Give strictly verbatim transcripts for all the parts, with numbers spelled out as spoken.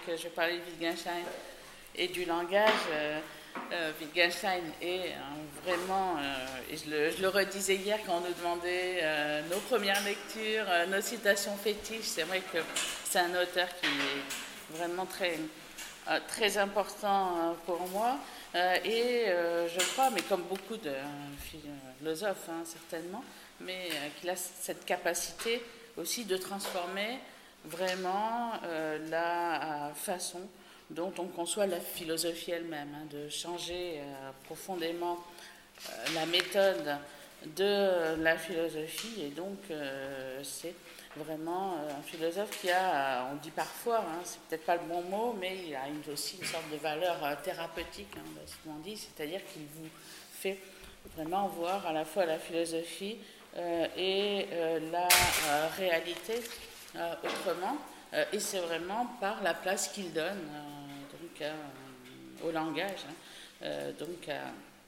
euh, je vais parler de Wittgenstein et du langage. Euh, euh, Wittgenstein est euh, vraiment, euh, et je le, je le redisais hier quand on nous demandait euh, nos premières lectures, euh, nos citations fétiches, c'est vrai que c'est un auteur qui est vraiment très, euh, très important euh, pour moi. Euh, et euh, je crois, mais comme beaucoup de philosophes, hein, certainement, mais euh, qu'il a cette capacité aussi de transformer vraiment euh, la façon dont on conçoit la philosophie elle-même, hein, de changer euh, profondément euh, la méthode de la philosophie. Et donc, euh, c'est vraiment euh, un philosophe qui a, on dit parfois, hein, c'est peut-être pas le bon mot, mais il a une, aussi une sorte de valeur euh, thérapeutique, hein, ce qu'on dit, c'est-à-dire qu'il vous fait vraiment voir à la fois la philosophie euh, et euh, la euh, réalité euh, autrement, euh, et c'est vraiment par la place qu'il donne euh, donc, euh, au langage, hein, euh, donc à,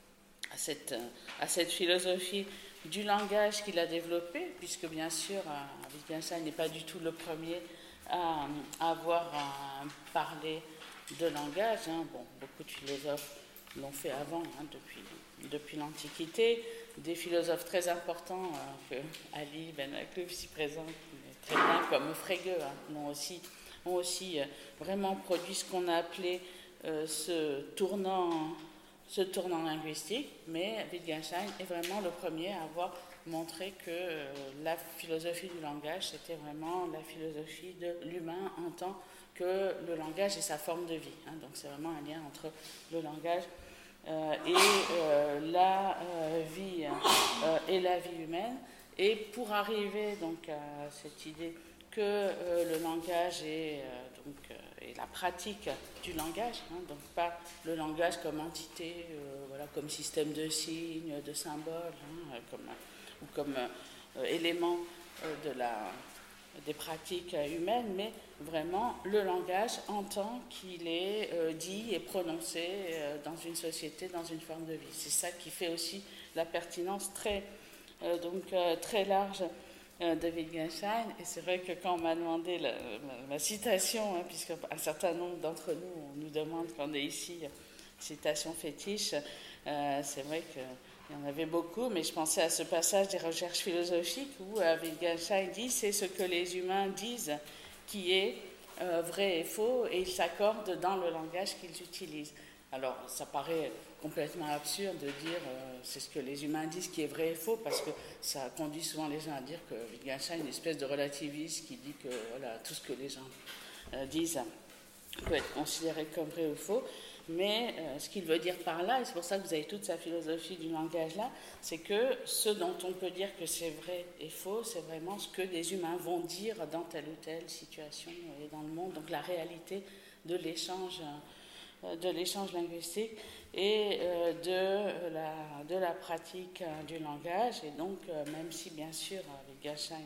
à, cette, à cette philosophie du langage qu'il a développé, puisque bien sûr Wittgenstein n'est pas du tout le premier à, à avoir à parlé de langage, hein. Bon, beaucoup de philosophes l'ont fait avant, hein, depuis, depuis l'Antiquité. Des philosophes très importants, euh, que Ali Ben Maklouf, ici présent, très bien, comme Frege, hein, ont aussi, ont aussi euh, vraiment produit ce qu'on a appelé euh, ce, tournant, ce tournant linguistique, mais Wittgenstein est vraiment le premier à avoir montré que euh, la philosophie du langage, c'était vraiment la philosophie de l'humain en tant que le langage et sa forme de vie. Hein, donc c'est vraiment un lien entre le langage euh, et euh, la euh, vie euh, et la vie humaine. Et pour arriver donc à cette idée que euh, le langage est, euh, donc, euh, est la pratique du langage, hein, donc pas le langage comme entité, euh, voilà, comme système de signes, de symboles, hein, comme, ou comme euh, élément euh, de la, des pratiques humaines, mais vraiment le langage en tant qu'il est euh, dit et prononcé euh, dans une société, dans une forme de vie. C'est ça qui fait aussi la pertinence très, euh, donc, euh, très large de Wittgenstein. Et c'est vrai que quand on m'a demandé la, la, la citation, hein, puisqu'un certain nombre d'entre nous, on nous demande quand on est ici, citation fétiche, euh, c'est vrai qu'il y en avait beaucoup, mais je pensais à ce passage des recherches philosophiques où euh, Wittgenstein dit « c'est ce que les humains disent qui est euh, vrai et faux, et ils s'accordent dans le langage qu'ils utilisent ». Alors, ça paraît complètement absurde de dire euh, c'est ce que les humains disent qui est vrai et faux, parce que ça conduit souvent les gens à dire que Wittgenstein est une espèce de relativiste qui dit que voilà, tout ce que les gens euh, disent peut être considéré comme vrai ou faux. Mais euh, ce qu'il veut dire par là, et c'est pour ça que vous avez toute sa philosophie du langage là, c'est que ce dont on peut dire que c'est vrai et faux, c'est vraiment ce que les humains vont dire dans telle ou telle situation et dans le monde, donc la réalité de l'échange euh, de l'échange linguistique et euh, de, la, de la pratique euh, du langage. Et donc, euh, même si, bien sûr, Wittgenstein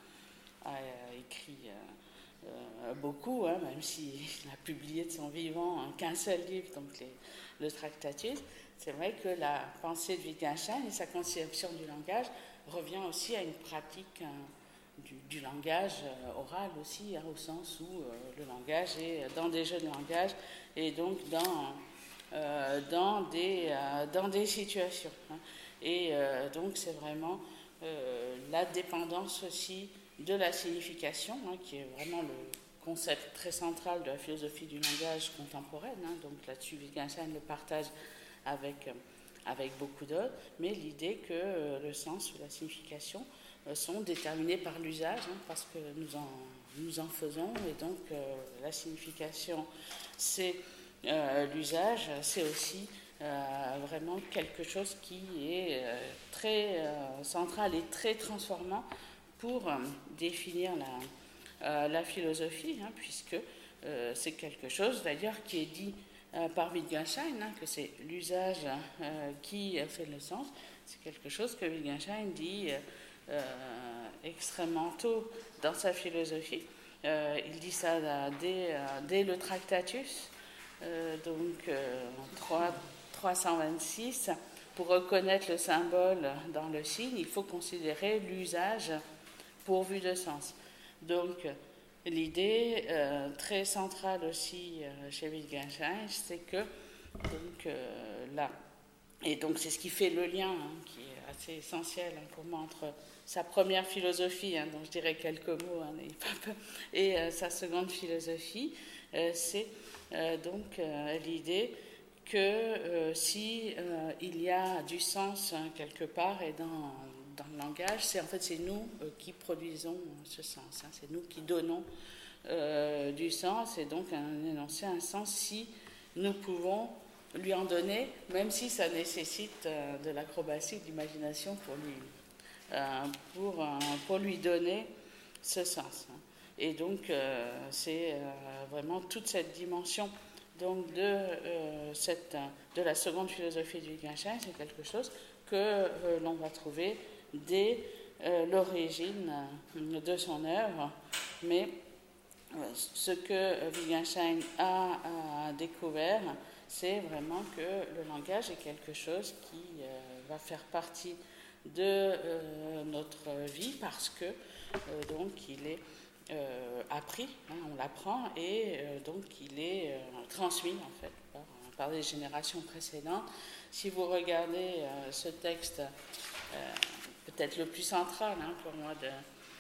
a, a, écrit euh, euh, beaucoup, hein, même s'il a publié de son vivant hein, qu'un seul livre, donc les, le Tractatus, c'est vrai que la pensée de Wittgenstein et sa conception du langage revient aussi à une pratique hein, du, du langage euh, oral aussi, hein, au sens où euh, le langage est dans des jeux de langage et donc dans, euh, dans, des, euh, dans des situations. Hein. Et euh, donc c'est vraiment euh, la dépendance aussi de la signification, hein, qui est vraiment le concept très central de la philosophie du langage contemporaine. Hein. Donc là-dessus, Wittgenstein le partage avec, euh, avec beaucoup d'autres, mais l'idée que euh, le sens ou la signification euh, sont déterminés par l'usage, hein, parce que nous en, nous en faisons, et donc euh, la signification, c'est euh, l'usage, c'est aussi euh, vraiment quelque chose qui est euh, très euh, central et très transformant pour euh, définir la, euh, la philosophie, hein, puisque euh, c'est quelque chose d'ailleurs qui est dit euh, par Wittgenstein, hein, que c'est l'usage euh, qui fait le sens. C'est quelque chose que Wittgenstein dit euh, euh, extrêmement tôt dans sa philosophie. Euh, il dit ça là, dès, euh, dès le Tractatus, euh, donc euh, en trois cent vingt-six. Pour reconnaître le symbole dans le signe, il faut considérer l'usage pourvu de sens. Donc, l'idée euh, très centrale aussi euh, chez Wittgenstein, c'est que, donc euh, là, et donc c'est ce qui fait le lien, hein, qui est assez essentiel hein, pour moi, entre sa première philosophie, hein, dont je dirais quelques mots, hein, et euh, sa seconde philosophie, euh, c'est euh, donc euh, l'idée que euh, si euh, il y a du sens hein, quelque part et dans, dans le langage, c'est en fait c'est nous euh, qui produisons ce sens, hein, c'est nous qui donnons euh, du sens, et donc un énoncé un sens si nous pouvons lui en donner, même si ça nécessite euh, de l'acrobatie, de l'imagination pour lui, euh, pour, euh, pour lui donner ce sens. Et donc, euh, c'est euh, vraiment toute cette dimension donc, de, euh, cette, de la seconde philosophie de Wittgenstein, c'est quelque chose que euh, l'on va trouver dès euh, l'origine de son œuvre, mais euh, ce que Wittgenstein a, a découvert, c'est vraiment que le langage est quelque chose qui euh, va faire partie de euh, notre vie parce que euh, donc il est euh, appris, hein, on l'apprend et euh, donc il est euh, transmis en fait par, par les générations précédentes. Si vous regardez euh, ce texte, euh, peut-être le plus central hein, pour moi de,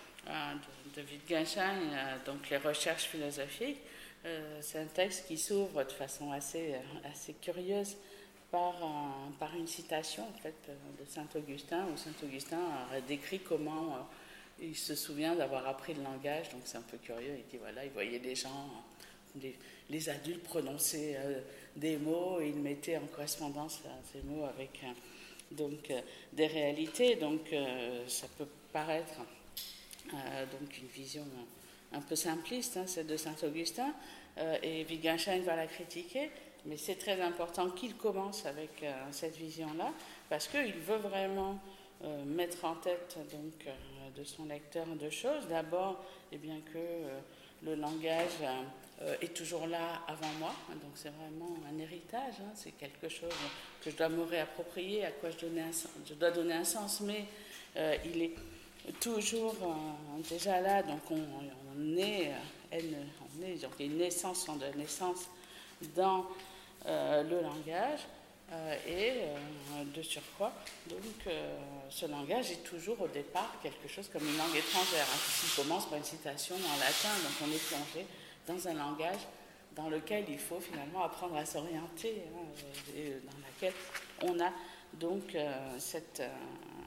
de, de Wittgenstein, euh, donc les recherches philosophiques, Euh, c'est un texte qui s'ouvre de façon assez, assez curieuse par, un, par une citation en fait, de Saint-Augustin, où Saint-Augustin a décrit comment euh, il se souvient d'avoir appris le langage, donc c'est un peu curieux, il dit voilà, il voyait des gens, les, les adultes prononcer euh, des mots, et il mettait en correspondance euh, ces mots avec euh, donc, euh, des réalités, donc euh, ça peut paraître euh, donc une vision un peu simpliste, hein, celle de Saint-Augustin, euh, et Wittgenstein va la critiquer, mais c'est très important qu'il commence avec euh, cette vision-là, parce qu'il veut vraiment euh, mettre en tête donc, euh, de son lecteur deux choses. D'abord, eh bien, que euh, le langage euh, est toujours là avant moi, hein, donc c'est vraiment un héritage, hein, c'est quelque chose que je dois me réapproprier, à quoi je, un, je dois donner un sens, mais euh, il est toujours euh, déjà là, donc on, on, est, on est, donc il y a une naissance de naissance dans euh, le langage, euh, et euh, de surcroît, donc euh, ce langage est toujours au départ quelque chose comme une langue étrangère, hein, qui commence par une citation en latin, donc on est plongé dans un langage dans lequel il faut finalement apprendre à s'orienter, hein, et dans laquelle on a donc euh, cette, euh,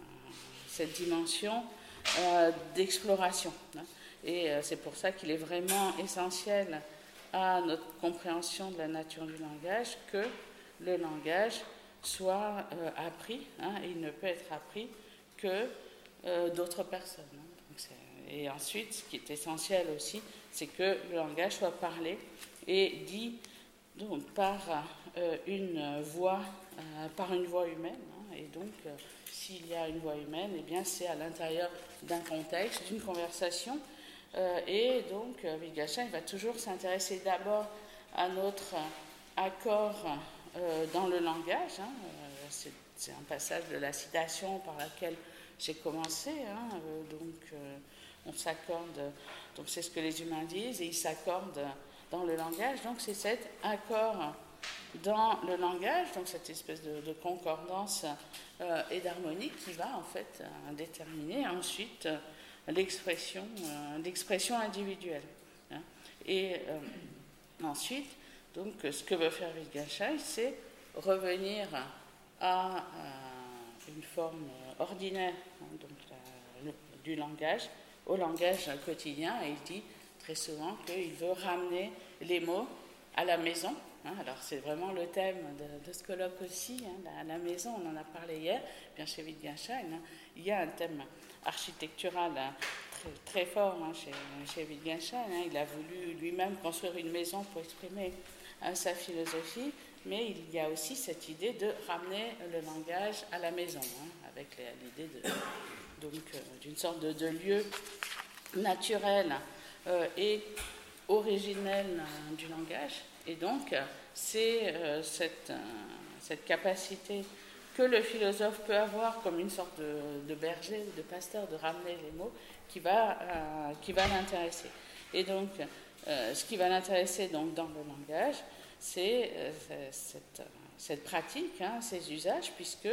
cette dimension Euh, d'exploration. Hein. Et euh, c'est pour ça qu'il est vraiment essentiel à notre compréhension de la nature du langage que le langage soit euh, appris, hein, et il ne peut être appris que euh, d'autres personnes. Hein. Donc et ensuite, ce qui est essentiel aussi, c'est que le langage soit parlé et dit donc, par euh, une voix, euh, par une voix humaine, hein, et donc euh, s'il y a une voix humaine, eh bien c'est à l'intérieur d'un contexte, d'une conversation, euh, et donc euh, Wittgenstein va toujours s'intéresser d'abord à notre accord euh, dans le langage, hein, euh, c'est, c'est un passage de la citation par laquelle j'ai commencé, hein, euh, donc euh, on s'accorde, donc c'est ce que les humains disent, et ils s'accordent dans le langage, donc c'est cet accord dans le langage, donc cette espèce de, de concordance euh, et d'harmonie qui va en fait euh, déterminer ensuite euh, l'expression, euh, l'expression individuelle. Hein. Et euh, ensuite, donc, ce que veut faire Wittgenstein, c'est revenir à, à une forme ordinaire, hein, donc, la, le, du langage, au langage quotidien, et il dit très souvent qu'il veut ramener les mots à la maison. Hein, alors c'est vraiment le thème de, de ce colloque aussi, hein, la, la maison, on en a parlé hier, bien chez Wittgenstein, hein, il y a un thème architectural hein, très, très fort hein, chez, chez Wittgenstein, hein, il a voulu lui-même construire une maison pour exprimer hein, sa philosophie, mais il y a aussi cette idée de ramener le langage à la maison, hein, avec l'idée de, donc, euh, d'une sorte de, de lieu naturel euh, et originel euh, du langage. Et donc, c'est euh, cette, euh, cette capacité que le philosophe peut avoir comme une sorte de, de berger ou de pasteur, de ramener les mots, qui va, euh, qui va l'intéresser. Et donc, euh, ce qui va l'intéresser donc, dans le langage, c'est euh, cette, cette pratique, hein, ces usages, puisque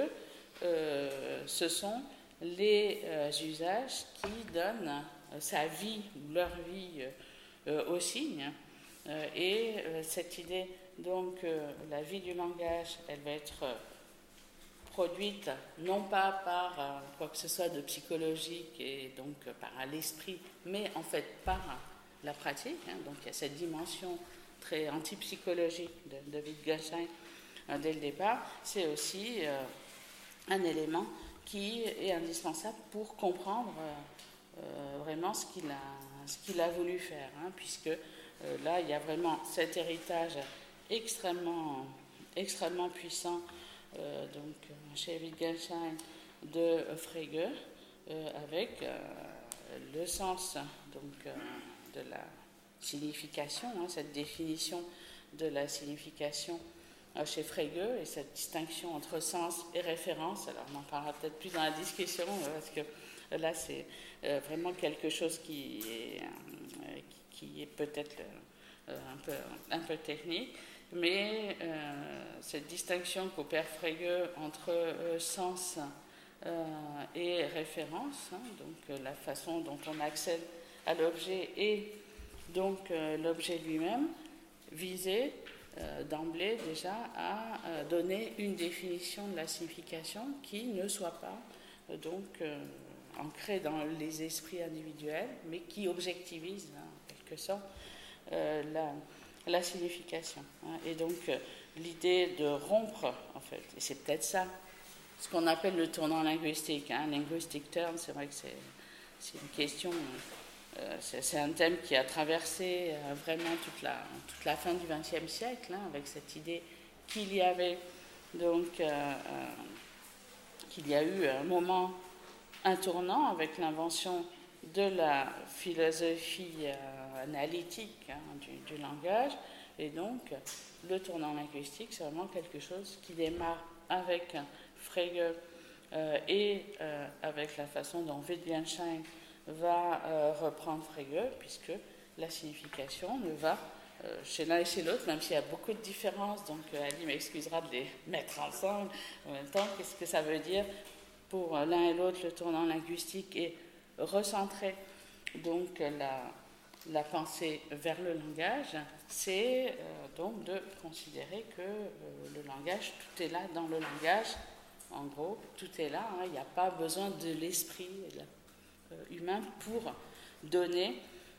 euh, ce sont les euh, usages qui donnent euh, sa vie ou leur vie euh, aux signes. Euh, et euh, cette idée, donc, euh, la vie du langage, elle va être euh, produite non pas par euh, quoi que ce soit de psychologique et donc euh, par l'esprit, mais en fait par la pratique. Hein, donc il y a cette dimension très antipsychologique de, de Wittgenstein euh, dès le départ. C'est aussi euh, un élément qui est indispensable pour comprendre euh, euh, vraiment ce qu'il a, ce qu'il a voulu faire, hein, puisque euh, là il y a vraiment cet héritage extrêmement, extrêmement puissant Euh, donc chez Wittgenstein de Frege, euh, avec euh, le sens donc, euh, de la signification, hein, cette définition de la signification euh, chez Frege et cette distinction entre sens et référence. Alors on en parlera peut-être plus dans la discussion euh, parce que euh, là c'est euh, vraiment quelque chose qui est, euh, qui, qui est peut-être euh, un, peu, un peu technique. Mais euh, cette distinction qu'opère Frege entre euh, sens euh, et référence, hein, donc euh, la façon dont on accède à l'objet et donc euh, l'objet lui-même, visait euh, d'emblée déjà à euh, donner une définition de la signification qui ne soit pas euh, donc euh, ancrée dans les esprits individuels, mais qui objectivise hein, en quelque sorte euh, la la signification. Hein. Et donc, euh, l'idée de rompre, en fait, et c'est peut-être ça, ce qu'on appelle le tournant linguistique. Hein. Linguistic turn, c'est vrai que c'est, c'est une question, euh, c'est, c'est un thème qui a traversé euh, vraiment toute la, toute la fin du vingtième siècle, hein, avec cette idée qu'il y avait, donc, euh, euh, qu'il y a eu un moment, un tournant avec l'invention de la philosophie euh, analytique hein, du, du langage, et donc le tournant linguistique, c'est vraiment quelque chose qui démarre avec Frege euh, et euh, avec la façon dont Wittgenstein va euh, reprendre Frege, puisque la signification ne va euh, chez l'un et chez l'autre, même s'il y a beaucoup de différences, donc euh, Ali m'excusera de les mettre ensemble en même temps. Qu'est-ce que ça veut dire pour l'un et l'autre, le tournant linguistique et recentrer donc la, la pensée vers le langage, c'est euh, donc de considérer que euh, le langage, tout est là dans le langage, en gros, tout est là, hein, il n'y a pas besoin de l'esprit euh, humain pour donner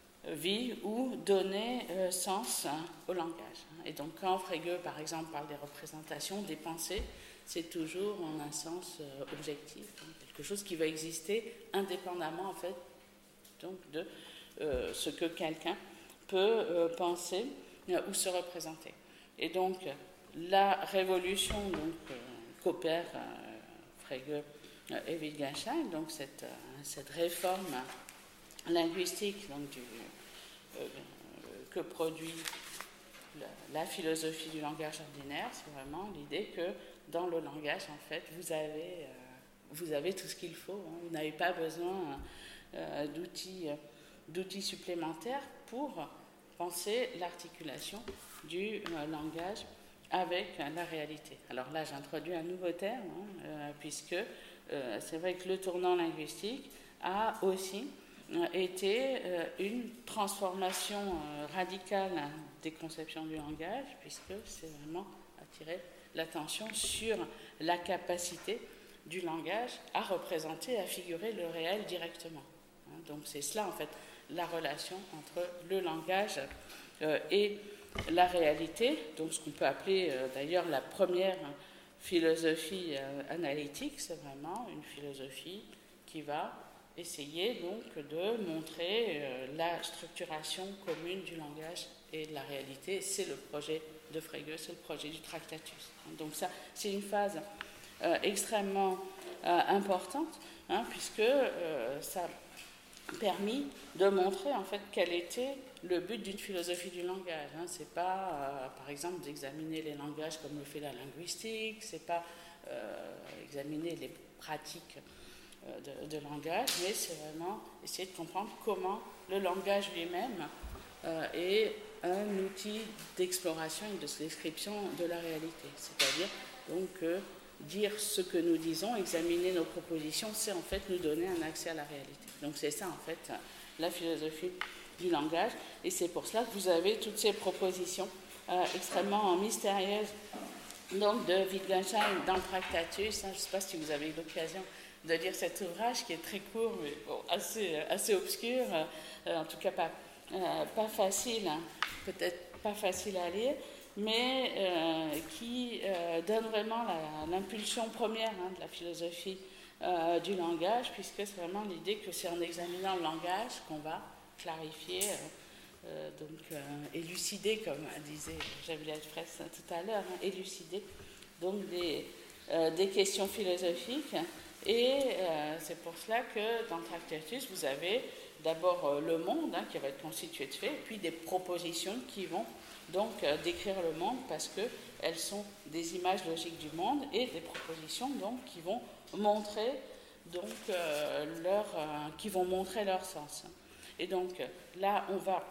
vie ou donner euh, sens hein, au langage. Et donc quand Frege, par exemple, parle des représentations, des pensées, c'est toujours en un sens euh, objectif, hein, quelque chose qui va exister indépendamment en fait donc de euh, ce que quelqu'un peut euh, penser euh, ou se représenter. Et donc la révolution donc euh, qu'opère euh, Frege euh, et Wittgenstein, donc cette, euh, cette réforme linguistique donc du, euh, que produit la, la philosophie du langage ordinaire, c'est vraiment l'idée que dans le langage, en fait, vous avez, euh, vous avez tout ce qu'il faut. Hein. Vous n'avez pas besoin euh, d'outils, euh, d'outils supplémentaires pour penser l'articulation du euh, langage avec euh, la réalité. Alors là, j'introduis un nouveau terme, hein, euh, puisque euh, c'est vrai que le tournant linguistique a aussi euh, été euh, une transformation euh, radicale des conceptions du langage, puisque c'est vraiment attiré l'attention sur la capacité du langage à représenter, à figurer le réel directement. Donc c'est cela en fait la relation entre le langage euh, et la réalité, donc ce qu'on peut appeler euh, d'ailleurs la première philosophie euh, analytique, c'est vraiment une philosophie qui va essayer donc de montrer euh, la structuration commune du langage et de la réalité. C'est le projet de Frege, c'est le projet du Tractatus. Donc ça, c'est une phase euh, extrêmement euh, importante, hein, puisque euh, ça a permis de montrer en fait quel était le but d'une philosophie du langage. Hein. C'est pas, euh, par exemple, d'examiner les langages comme le fait la linguistique, c'est pas euh, examiner les pratiques de, de langage, mais c'est vraiment essayer de comprendre comment le langage lui-même euh, est un outil d'exploration et de description de la réalité. C'est-à-dire donc euh, dire ce que nous disons, examiner nos propositions, c'est en fait nous donner un accès à la réalité. Donc c'est ça en fait la philosophie du langage, et c'est pour cela que vous avez toutes ces propositions euh, extrêmement mystérieuses donc de Wittgenstein dans Tractatus. Hein, je ne sais pas si vous avez eu l'occasion de lire cet ouvrage qui est très court mais bon, assez, assez obscur, euh, en tout cas pas, euh, pas facile, hein, peut-être pas facile à lire, mais euh, qui euh, donne vraiment la, l'impulsion première hein, de la philosophie euh, du langage, puisque c'est vraiment l'idée que c'est en examinant le langage qu'on va clarifier, euh, euh, donc euh, élucider, comme disait Javier Fraisse tout à l'heure, hein, élucider donc des, euh, des questions philosophiques. Et euh, c'est pour cela que dans Tractatus, vous avez d'abord euh, le monde hein, qui va être constitué de faits, et puis des propositions qui vont donc euh, décrire le monde parce qu'elles sont des images logiques du monde, et des propositions donc qui vont montrer donc euh, leur, euh, qui vont montrer leur sens. Et donc là, on va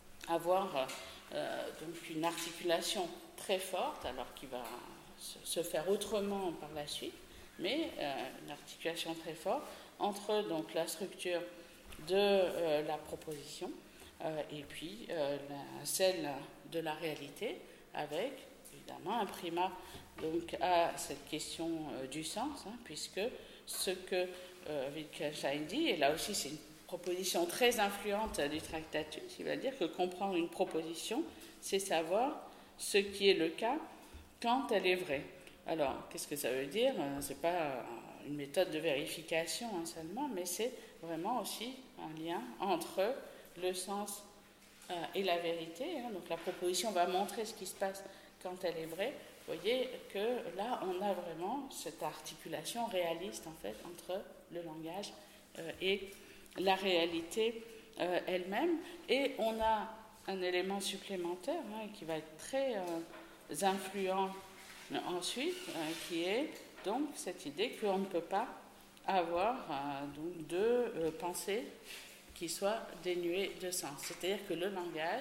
avoir euh, donc une articulation très forte, alors qui va se, se faire autrement par la suite, mais euh, une articulation très forte entre donc la structure de euh, la proposition euh, et puis euh, la, celle de la réalité, avec évidemment un primat donc à cette question euh, du sens, hein, puisque ce que euh, Wittgenstein dit, et là aussi c'est une proposition très influente du Tractatus, il va dire que comprendre une proposition, c'est savoir ce qui est le cas quand elle est vraie. Alors, qu'est-ce que ça veut dire? Ce n'est pas une méthode de vérification hein, seulement, mais c'est vraiment aussi un lien entre le sens euh, et la vérité. Hein. Donc la proposition va montrer ce qui se passe quand elle est vraie. Vous voyez que là, on a vraiment cette articulation réaliste en fait entre le langage euh, et la réalité euh, elle-même. Et on a un élément supplémentaire hein, qui va être très euh, influent ensuite, euh, qui est donc cette idée qu'on ne peut pas avoir euh, donc de euh, pensée qui soit dénuée de sens. C'est-à-dire que le langage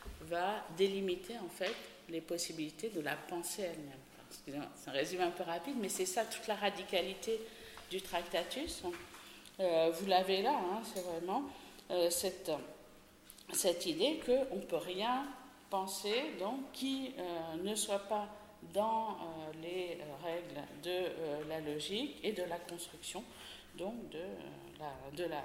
va délimiter en fait les possibilités de la pensée elle-même. C'est un résumé un peu rapide, mais c'est ça toute la radicalité du Tractatus. Euh, vous l'avez là, hein, c'est vraiment euh, cette, cette idée qu'on ne peut rien penser donc, qui euh, ne soit pas dans euh, les règles de euh, la logique et de la construction donc de, euh, la, de, la,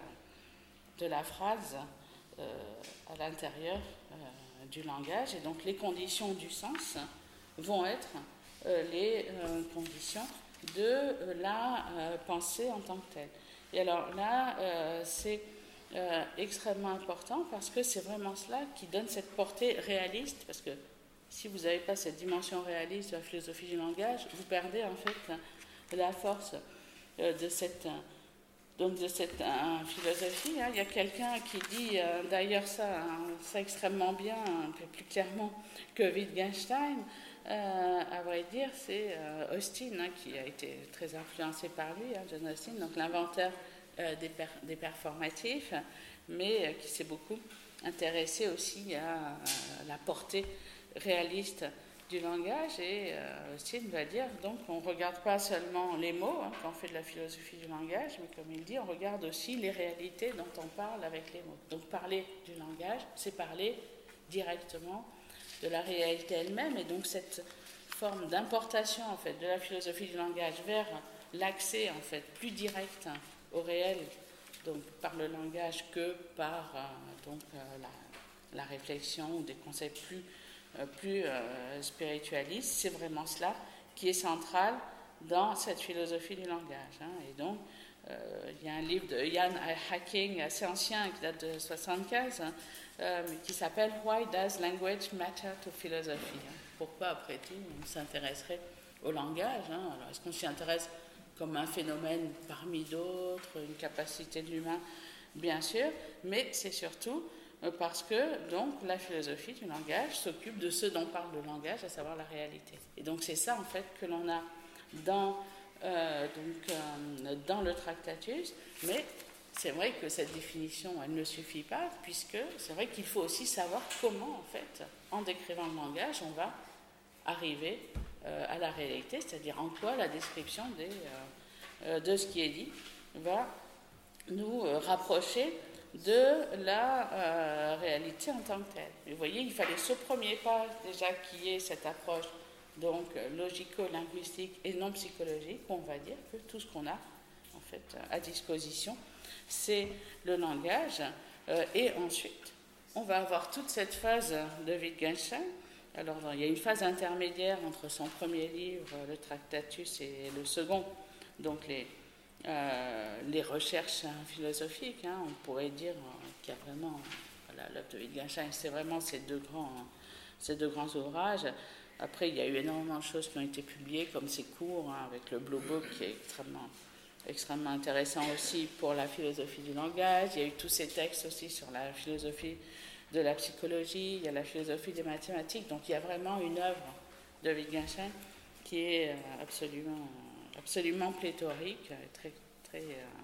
de la phrase euh, à l'intérieur euh, du langage. Et donc les conditions du sens vont être euh, les euh, conditions de euh, la euh, pensée en tant que telle. Et alors là, euh, c'est euh, extrêmement important parce que c'est vraiment cela qui donne cette portée réaliste, parce que si vous n'avez pas cette dimension réaliste de la philosophie du langage, vous perdez en fait la force de cette, donc de cette euh, philosophie. Hein. Il y a quelqu'un qui dit euh, d'ailleurs ça, hein, ça extrêmement bien, un peu plus clairement que Wittgenstein. Euh, à vrai dire, c'est euh, Austin hein, qui a été très influencé par lui, hein, John Austin, donc l'inventeur euh, des, per- des performatifs, mais euh, qui s'est beaucoup intéressé aussi à, à la portée réaliste du langage. Et euh, Austin va dire donc on ne regarde pas seulement les mots hein, quand on fait de la philosophie du langage, mais comme il dit, on regarde aussi les réalités dont on parle avec les mots. Donc parler du langage, c'est parler directement de la réalité elle-même, et donc cette forme d'importation en fait de la philosophie du langage vers l'accès en fait plus direct hein, au réel, donc par le langage que par euh, donc euh, la, la réflexion ou des concepts plus plus euh, spiritualiste, c'est vraiment cela qui est central dans cette philosophie du langage. Hein. Et donc, euh, il y a un livre de Ian Hacking assez ancien, qui date de soixante-quinze, hein, euh, qui s'appelle « Why does language matter to philosophy ?» Pourquoi, après tout, on s'intéresserait au langage hein. Alors, est-ce qu'on s'y intéresse comme un phénomène parmi d'autres, une capacité de l'humain? Bien sûr, mais c'est surtout parce que donc la philosophie du langage s'occupe de ce dont parle le langage, à savoir la réalité. Et donc c'est ça en fait que l'on a dans euh, donc, euh, dans le Tractatus, mais c'est vrai que cette définition, elle ne suffit pas, puisque c'est vrai qu'il faut aussi savoir comment, en fait, en décrivant le langage, on va arriver euh, à la réalité, c'est-à-dire en quoi la description des, euh, de ce qui est dit va nous euh, rapprocher de la euh, réalité en tant que telle. Vous voyez, il fallait ce premier pas déjà qui est cette approche donc logico-linguistique et non psychologique. On va dire que tout ce qu'on a en fait à disposition, c'est le langage. Euh, et ensuite, on va avoir toute cette phase de Wittgenstein. Alors, il y a une phase intermédiaire entre son premier livre, le Tractatus, et le second, donc les Euh, les recherches philosophiques, hein, on pourrait dire euh, qu'il y a vraiment, voilà, l'œuvre de Wittgenstein, c'est vraiment ces deux, grands, ces deux grands ouvrages. Après, il y a eu énormément de choses qui ont été publiées, comme ses cours, hein, avec le Blue Book, qui est extrêmement, extrêmement intéressant aussi pour la philosophie du langage. Il y a eu tous ces textes aussi sur la philosophie de la psychologie, il y a la philosophie des mathématiques. Donc, il y a vraiment une œuvre de Wittgenstein qui est absolument... absolument pléthorique, très, très,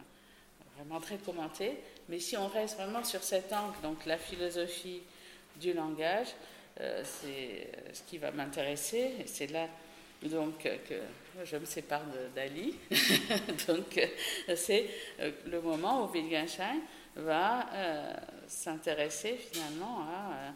euh, vraiment très commenté. Mais si on reste vraiment sur cet angle, donc la philosophie du langage, euh, c'est ce qui va m'intéresser. Et c'est là donc que je me sépare d'Ali. donc c'est le moment où Wittgenstein va euh, s'intéresser finalement à euh,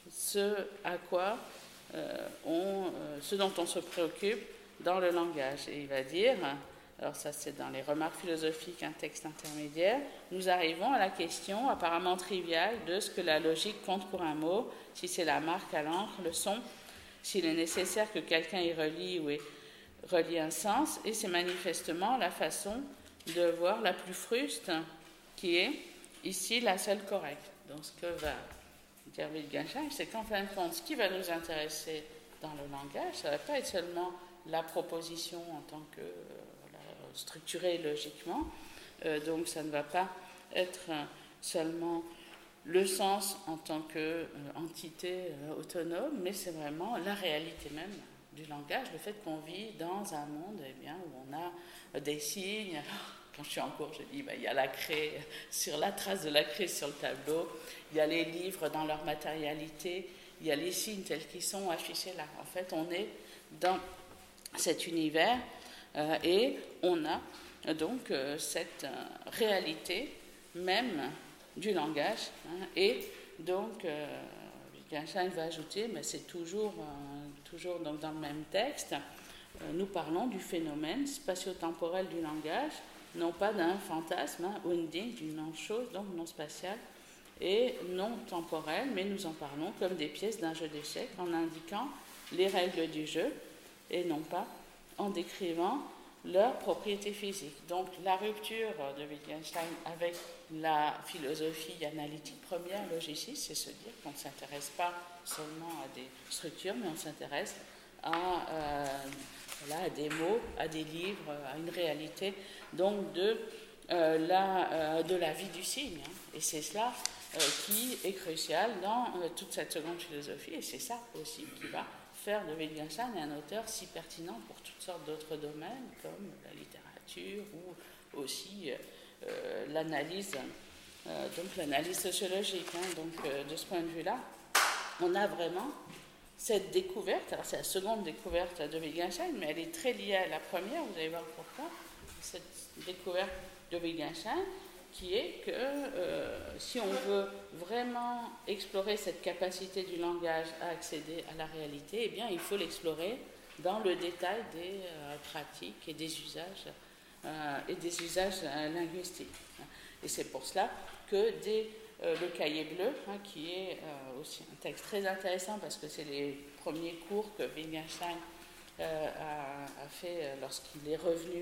ce à quoi euh, on, euh, ce dont on se préoccupe dans le langage. Et il va dire, alors ça c'est dans les remarques philosophiques, un texte intermédiaire, nous arrivons à la question apparemment triviale de ce que la logique compte pour un mot, si c'est la marque à l'encre, le son, s'il est nécessaire que quelqu'un y relie ou y relie un sens, et c'est manifestement la façon de voir la plus fruste qui est ici la seule correcte. Donc ce que va dire Wittgenstein, c'est qu'en fin de compte, ce qui va nous intéresser dans le langage, ça ne va pas être seulement la proposition en tant que euh, voilà, structurée logiquement, euh, donc ça ne va pas être euh, seulement le sens en tant qu'entité euh, euh, autonome, mais c'est vraiment la réalité même du langage, le fait qu'on vit dans un monde eh bien, où on a des signes. Alors, quand je suis en cours, je dis bah, il y a la craie, sur la trace de la craie sur le tableau, il y a les livres dans leur matérialité, il y a les signes tels qu'ils sont affichés là. En fait, on est dans cet univers euh, et on a euh, donc euh, cette euh, réalité même du langage, hein, et donc euh, Wittgenstein va ajouter, mais c'est toujours, euh, toujours donc dans le même texte, euh, nous parlons du phénomène spatio-temporel du langage, non pas d'un fantasme, hein, unding, d'une non-chose, donc non spatiale et non temporelle, mais nous en parlons comme des pièces d'un jeu d'échecs en indiquant les règles du jeu et non pas en décrivant leurs propriétés physiques. Donc la rupture de Wittgenstein avec la philosophie analytique première, logiciste, c'est se dire qu'on ne s'intéresse pas seulement à des structures, mais on s'intéresse à, euh, voilà, à des mots, à des livres, à une réalité, donc de, euh, la, euh, de la vie du signe. Hein. Et c'est cela euh, qui est crucial dans euh, toute cette seconde philosophie, et c'est ça aussi qui va faire de Wittgenstein un auteur si pertinent pour toutes sortes d'autres domaines comme la littérature ou aussi euh, l'analyse, euh, donc l'analyse sociologique. Hein. Donc euh, de ce point de vue-là, on a vraiment cette découverte. Alors c'est la seconde découverte de Wittgenstein, mais elle est très liée à la première. Vous allez voir pourquoi. Cette découverte de Wittgenstein, qui est que euh, si on veut vraiment explorer cette capacité du langage à accéder à la réalité, eh bien, il faut l'explorer dans le détail des euh, pratiques et des usages, euh, et des usages euh, linguistiques. Et c'est pour cela que dès euh, le cahier bleu, hein, qui est euh, aussi un texte très intéressant parce que c'est les premiers cours que Wittgenstein euh, a, a fait lorsqu'il est revenu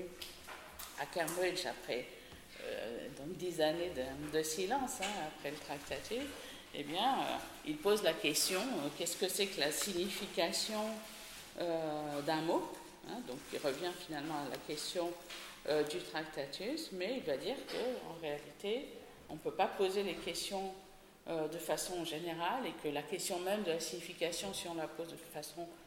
à Cambridge après Euh, donc dix années de, de silence, hein, après le Tractatus, eh bien, euh, il pose la question, euh, qu'est-ce que c'est que la signification euh, d'un mot, hein, donc il revient finalement à la question euh, du Tractatus, mais il va dire qu'en réalité, on ne peut pas poser les questions euh, de façon générale, et que la question même de la signification, si on la pose de façon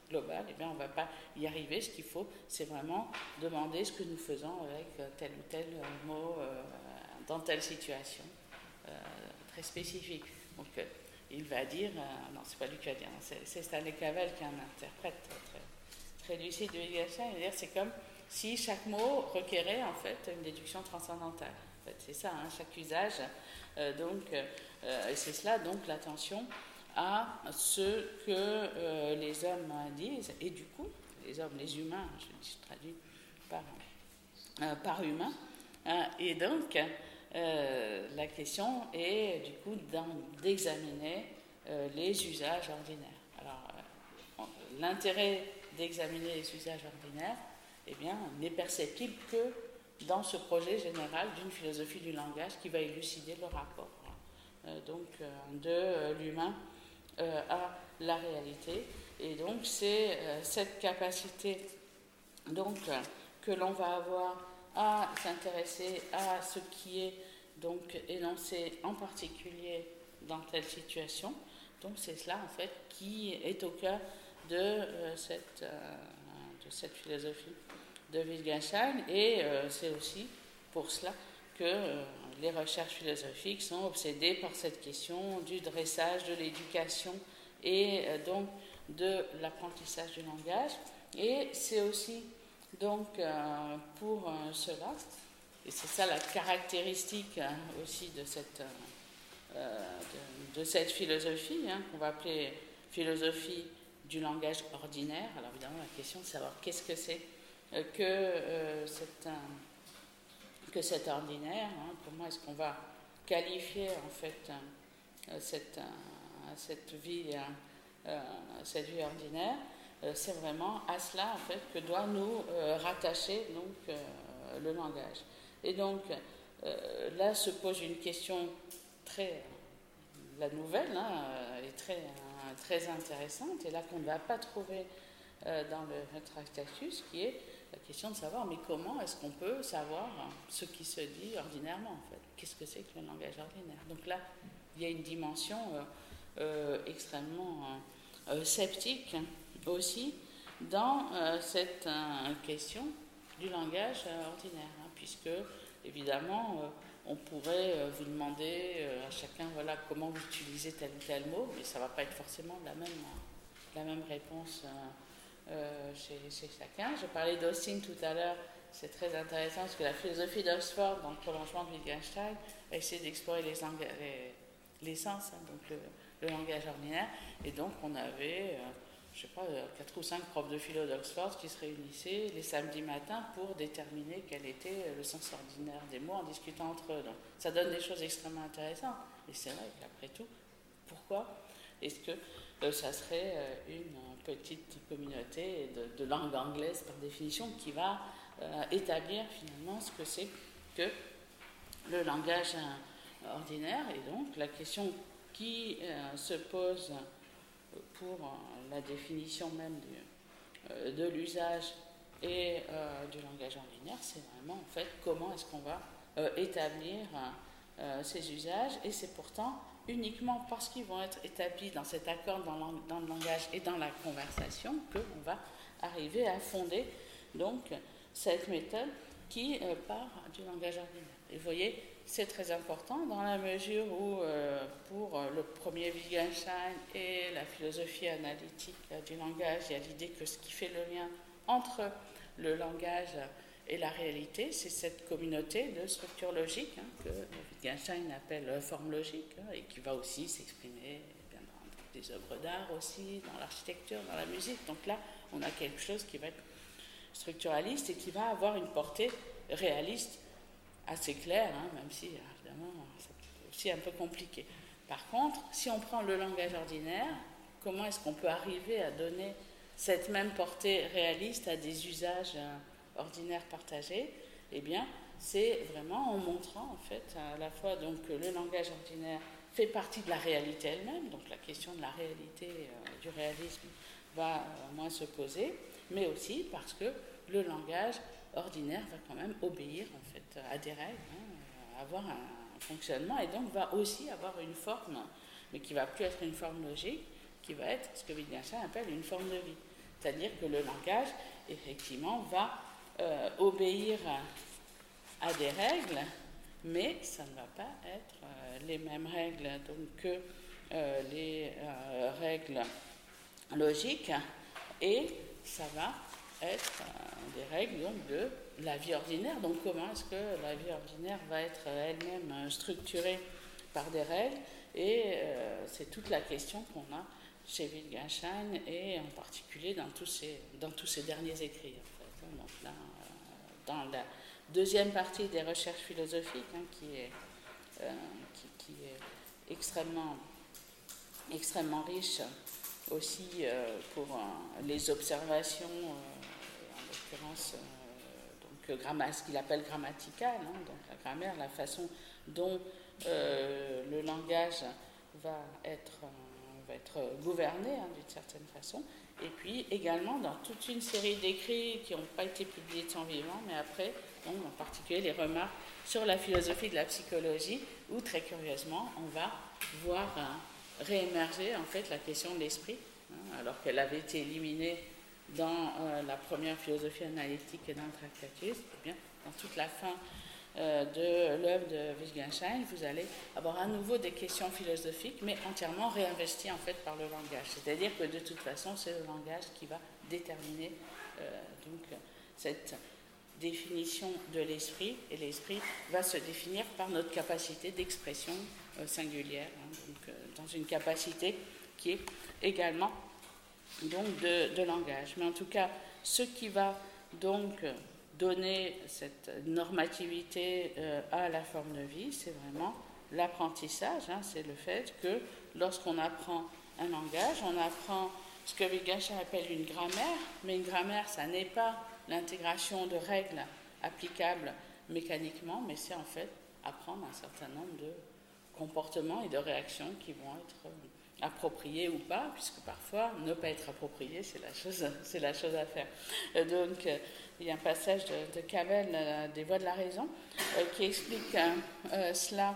global, eh bien, on ne va pas y arriver. Ce qu'il faut, c'est vraiment demander ce que nous faisons avec tel ou tel mot euh, dans telle situation euh, très spécifique. Donc, euh, il va dire, euh, non, c'est pas lui qui va dire, c'est, c'est Stanley Cavell qui est un interprète très, très lucide de Wittgenstein. Il va dire, c'est comme si chaque mot requérait en fait une déduction transcendantale. En fait, c'est ça, hein, chaque usage. Euh, donc, euh, et c'est cela, donc, l'attention à ce que euh, les hommes disent, et du coup, les hommes, les humains, je, je traduis par, euh, par humain, hein, et donc, euh, la question est du coup d'examiner euh, les usages ordinaires. Alors, euh, l'intérêt d'examiner les usages ordinaires, eh bien, n'est perceptible que dans ce projet général d'une philosophie du langage qui va élucider le rapport euh, donc, euh, de euh, l'humain euh, à la réalité. Et donc, c'est euh, cette capacité donc, euh, que l'on va avoir à s'intéresser à ce qui est donc énoncé en particulier dans telle situation. Donc, c'est cela, en fait, qui est au cœur de, euh, cette, euh, de cette philosophie de Wittgenstein, et euh, c'est aussi pour cela que euh, les recherches philosophiques sont obsédées par cette question du dressage, de l'éducation et euh, donc de l'apprentissage du langage. Et c'est aussi donc euh, pour euh, cela, et c'est ça la caractéristique hein, aussi de cette, euh, de, de cette philosophie, hein, qu'on va appeler philosophie du langage ordinaire. Alors évidemment la question de savoir qu'est-ce que c'est que, euh, cet, euh, que cet ordinaire, hein, comment est-ce qu'on va qualifier en fait euh, cette, euh, cette, vie, euh, cette vie ordinaire, euh, c'est vraiment à cela en fait que doit nous euh, rattacher donc, euh, le langage. Et donc euh, là se pose une question très, la nouvelle hein, est très, euh, très intéressante, et là qu'on ne va pas trouver euh, dans le Tractatus, qui est la question de savoir, mais comment est-ce qu'on peut savoir ce qui se dit ordinairement, en fait? Qu'est-ce que c'est que le langage ordinaire? Donc là, il y a une dimension euh, euh, extrêmement euh, sceptique aussi dans euh, cette euh, question du langage euh, ordinaire, hein, puisque, évidemment, euh, on pourrait euh, vous demander euh, à chacun, voilà, comment vous utilisez tel ou tel mot, mais ça ne va pas être forcément la même, la même réponse euh, Euh, chez, chez chacun. Je parlais d'Austin tout à l'heure, c'est très intéressant parce que la philosophie d'Oxford, dans le prolongement de Wittgenstein, a essayé d'explorer les, les, les sens, hein, donc le, le langage ordinaire, et donc on avait, euh, je sais pas, quatre ou cinq profs de philo d'Oxford qui se réunissaient les samedis matins pour déterminer quel était le sens ordinaire des mots en discutant entre eux. Donc ça donne des choses extrêmement intéressantes, et c'est vrai qu'après tout, pourquoi est-ce que euh, ça serait euh, une petite communauté de, de langue anglaise par définition qui va euh, établir finalement ce que c'est que le langage euh, ordinaire? Et donc la question qui euh, se pose pour euh, la définition même du, euh, de l'usage et euh, du langage ordinaire, c'est vraiment en fait comment est-ce qu'on va euh, établir euh, ces usages, et c'est pourtant uniquement parce qu'ils vont être établis dans cet accord dans, dans le langage et dans la conversation qu'on va arriver à fonder donc cette méthode qui euh, part du langage ordinaire. Et vous voyez, c'est très important dans la mesure où euh, pour euh, le premier Wittgenstein et la philosophie analytique euh, du langage, il y a l'idée que ce qui fait le lien entre le langage et la réalité, c'est cette communauté de structures logiques hein, que Wittgenstein appelle forme logique hein, et qui va aussi s'exprimer eh bien, dans des œuvres d'art aussi, dans l'architecture, dans la musique. Donc là, on a quelque chose qui va être structuraliste et qui va avoir une portée réaliste assez claire, hein, même si évidemment c'est aussi un peu compliqué. Par contre, si on prend le langage ordinaire, comment est-ce qu'on peut arriver à donner cette même portée réaliste à des usages euh, ordinaires partagés? Eh bien, c'est vraiment en montrant, en fait, à la fois donc, que le langage ordinaire fait partie de la réalité elle-même, donc la question de la réalité, euh, du réalisme va euh, moins se poser, mais aussi parce que le langage ordinaire va quand même obéir, en fait, à des règles, hein, avoir un fonctionnement, et donc va aussi avoir une forme, mais qui ne va plus être une forme logique, qui va être ce que Wittgenstein appelle une forme de vie. C'est-à-dire que le langage, effectivement, va euh, obéir à, à des règles, mais ça ne va pas être euh, les mêmes règles donc, que euh, les euh, règles logiques, et ça va être euh, des règles donc, de la vie ordinaire. Donc comment est-ce que la vie ordinaire va être elle-même structurée par des règles, et euh, c'est toute la question qu'on a chez Wittgenstein, et en particulier dans tous ces, dans tous ces derniers écrits. En fait. Donc là, euh, dans la deuxième partie des recherches philosophiques, hein, qui, est, euh, qui, qui est extrêmement, extrêmement riche aussi euh, pour euh, les observations, euh, en l'occurrence, euh, donc, gramma, ce qu'il appelle grammaticale, hein, donc la grammaire, la façon dont euh, le langage va être, euh, va être gouverné hein, d'une certaine façon, et puis également dans toute une série d'écrits qui n'ont pas été publiés de son vivant, mais après, donc, en particulier les remarques sur la philosophie de la psychologie, où très curieusement, on va voir euh, réémerger en fait la question de l'esprit, hein, alors qu'elle avait été éliminée dans euh, la première philosophie analytique et dans le Tractatus. Eh bien, dans toute la fin euh, de l'œuvre de Wittgenstein, vous allez avoir à nouveau des questions philosophiques, mais entièrement réinvesties en fait par le langage. C'est-à-dire que de toute façon, c'est le langage qui va déterminer euh, donc cette définition de l'esprit, et l'esprit va se définir par notre capacité d'expression euh, singulière, hein, donc, euh, dans une capacité qui est également donc, de, de langage. Mais en tout cas, ce qui va donc donner cette normativité euh, à la forme de vie, c'est vraiment l'apprentissage, hein, c'est le fait que lorsqu'on apprend un langage, on apprend ce que Wittgenstein appelle une grammaire, mais une grammaire, ça n'est pas l'intégration de règles applicables mécaniquement, mais c'est en fait apprendre un certain nombre de comportements et de réactions qui vont être euh, appropriés ou pas, puisque parfois ne pas être approprié, c'est la chose, c'est la chose à faire. Euh, donc euh, il y a un passage de, de Cabel, euh, des Voies de la raison, euh, qui explique euh, cela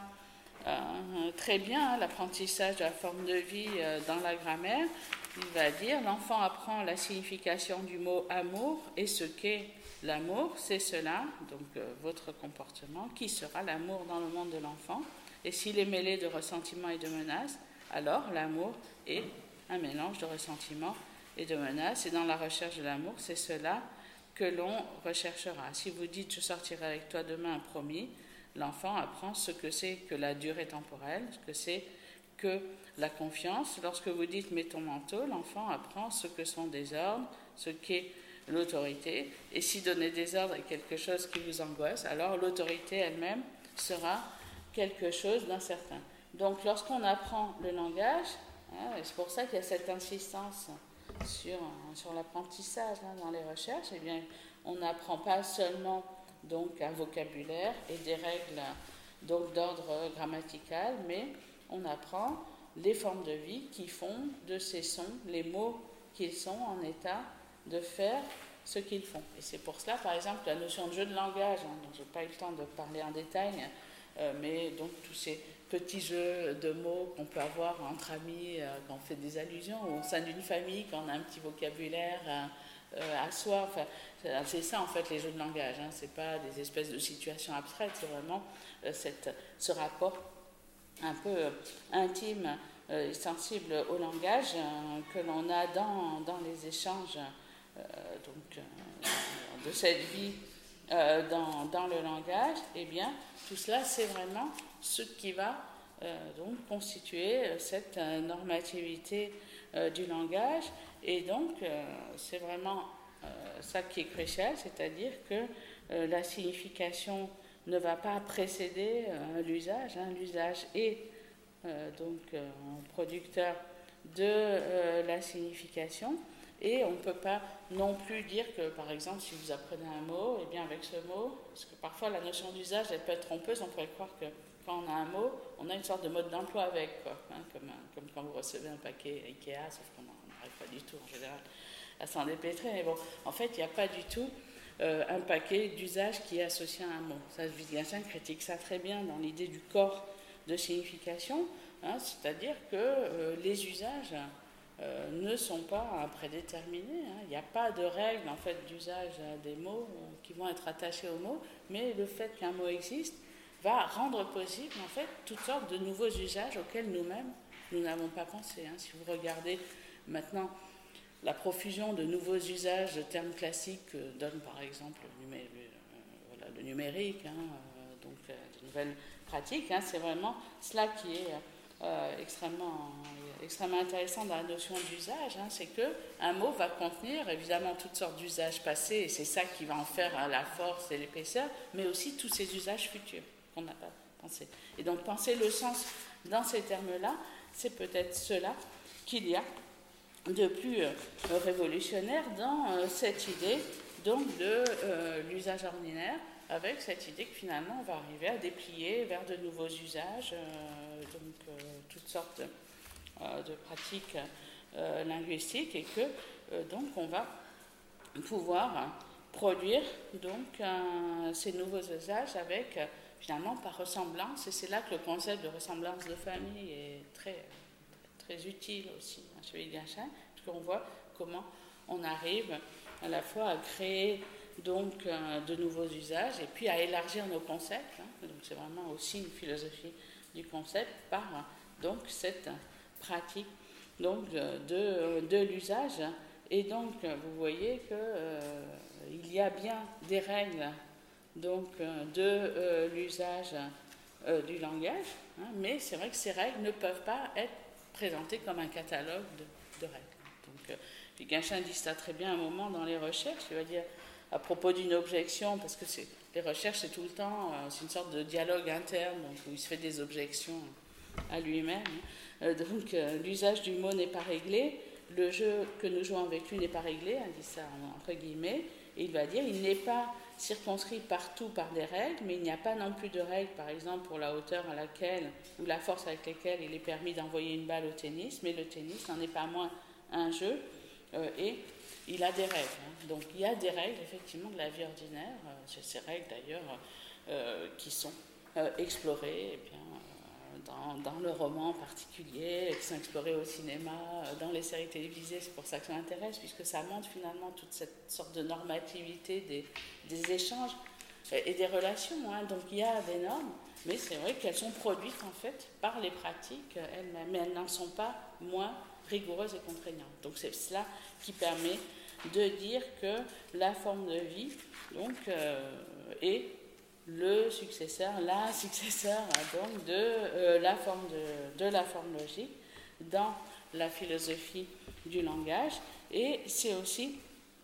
euh, très bien, hein, l'apprentissage de la forme de vie euh, dans la grammaire. Il va dire, l'enfant apprend la signification du mot amour, et ce qu'est l'amour, c'est cela, donc euh, votre comportement, qui sera l'amour dans le monde de l'enfant. Et s'il est mêlé de ressentiment et de menaces, alors l'amour est un mélange de ressentiment et de menaces. Et dans la recherche de l'amour, c'est cela que l'on recherchera. Si vous dites « je sortirai avec toi demain, promis », l'enfant apprend ce que c'est que la durée temporelle, ce que c'est que la confiance. Lorsque vous dites « mets ton manteau », l'enfant apprend ce que sont des ordres, ce qu'est l'autorité. Et si donner des ordres est quelque chose qui vous angoisse, alors l'autorité elle-même sera quelque chose d'incertain. Donc lorsqu'on apprend le langage, hein, et c'est pour ça qu'il y a cette insistance sur, sur l'apprentissage hein, dans les recherches, eh bien, on n'apprend pas seulement donc, un vocabulaire et des règles donc, d'ordre grammatical, mais on apprend les formes de vie qui font de ces sons les mots qu'ils sont en état de faire ce qu'ils font. Et c'est pour cela, par exemple, la notion de jeu de langage, hein, dont je n'ai pas eu le temps de parler en détail, euh, mais donc tous ces petits jeux de mots qu'on peut avoir entre amis euh, quand on fait des allusions, ou au sein d'une famille quand on a un petit vocabulaire euh, euh, à soi. Enfin, c'est ça en fait les jeux de langage, hein, c'est pas des espèces de situations abstraites, c'est vraiment euh, cette, ce rapport un peu euh, intime euh, et sensible au langage euh, que l'on a dans, dans les échanges euh, donc, euh, de cette vie euh, dans, dans le langage. Eh bien, tout cela, c'est vraiment ce qui va euh, donc constituer cette euh, normativité euh, du langage. Et donc, euh, c'est vraiment euh, ça qui est crucial, c'est-à-dire que euh, la signification ne va pas précéder euh, l'usage. Hein. L'usage est euh, donc euh, producteur de euh, la signification, et on ne peut pas non plus dire que, par exemple, si vous apprenez un mot, et bien avec ce mot, parce que parfois la notion d'usage, elle peut être trompeuse, on pourrait croire que quand on a un mot, on a une sorte de mode d'emploi avec, quoi, hein, comme, comme quand vous recevez un paquet Ikea, sauf qu'on n'arrive pas du tout en général à s'en dépêtrer. Mais bon, en fait, il n'y a pas du tout euh, un paquet d'usage qui est associé à un mot. Ça, Wittgenstein critique ça très bien dans l'idée du corps de signification, hein, c'est-à-dire que euh, les usages euh, ne sont pas prédéterminées. Hein. Il n'y a pas de règle en fait, d'usage des mots qui vont être attachés aux mots, mais le fait qu'un mot existe va rendre possible en fait, toutes sortes de nouveaux usages auxquels nous-mêmes, nous n'avons pas pensé. Hein. Si vous regardez maintenant la profusion de nouveaux usages de termes classiques que donne par exemple le, numé le, euh, voilà, le numérique, hein, euh, donc euh, de nouvelles pratiques, hein, c'est vraiment cela qui est euh, extrêmement, extrêmement intéressant dans la notion d'usage, hein, c'est qu'un mot va contenir évidemment toutes sortes d'usages passés, et c'est ça qui va en faire hein, la force et l'épaisseur, mais aussi tous ces usages futurs qu'on n'a pas pensé. Et donc penser le sens dans ces termes-là, c'est peut-être cela qu'il y a de plus euh, révolutionnaire dans euh, cette idée donc de euh, l'usage ordinaire, avec cette idée que finalement on va arriver à déplier vers de nouveaux usages, euh, donc euh, toutes sortes euh, de pratiques euh, linguistiques, et que euh, donc on va pouvoir produire donc euh, ces nouveaux usages avec euh, finalement par ressemblance, et c'est là que le concept de ressemblance de famille est très très utile aussi hein, chez Wittgenstein, parce qu'on voit comment on arrive à la fois à créer donc euh, de nouveaux usages et puis à élargir nos concepts. Hein. Donc c'est vraiment aussi une philosophie du concept par donc cette pratique donc de, de, de l'usage. Et donc vous voyez que euh, il y a bien des règles donc de euh, l'usage euh, du langage, hein, mais c'est vrai que ces règles ne peuvent pas être présentées comme un catalogue de, de règles. Donc euh, Wittgenstein dit ça très bien à un moment dans les recherches, il va dire à propos d'une objection, parce que c'est, les recherches c'est tout le temps, euh, c'est une sorte de dialogue interne, donc, où il se fait des objections à lui-même. Euh, donc euh, l'usage du mot n'est pas réglé, le jeu que nous jouons avec lui n'est pas réglé, on dit ça entre guillemets, et il va dire il n'est pas circonscrit partout par des règles, mais il n'y a pas non plus de règles, par exemple pour la hauteur à laquelle, ou la force avec laquelle il est permis d'envoyer une balle au tennis, mais le tennis n'en est pas moins un jeu, euh, et il a des règles. Hein. Donc il y a des règles effectivement de la vie ordinaire, euh, c'est ces règles d'ailleurs euh, qui sont euh, explorées eh bien, euh, dans, dans le roman en particulier, qui sont explorées au cinéma, euh, dans les séries télévisées, c'est pour ça que ça m'intéresse, puisque ça montre finalement toute cette sorte de normativité des, des échanges et, et des relations. Hein. Donc il y a des normes, mais c'est vrai qu'elles sont produites en fait par les pratiques elles-mêmes, mais elles n'en sont pas moins rigoureuses et contraignantes. Donc c'est cela qui permet de dire que la forme de vie donc, euh, est le successeur, la successeur donc, de, euh, la forme de, de la forme logique dans la philosophie du langage. Et c'est aussi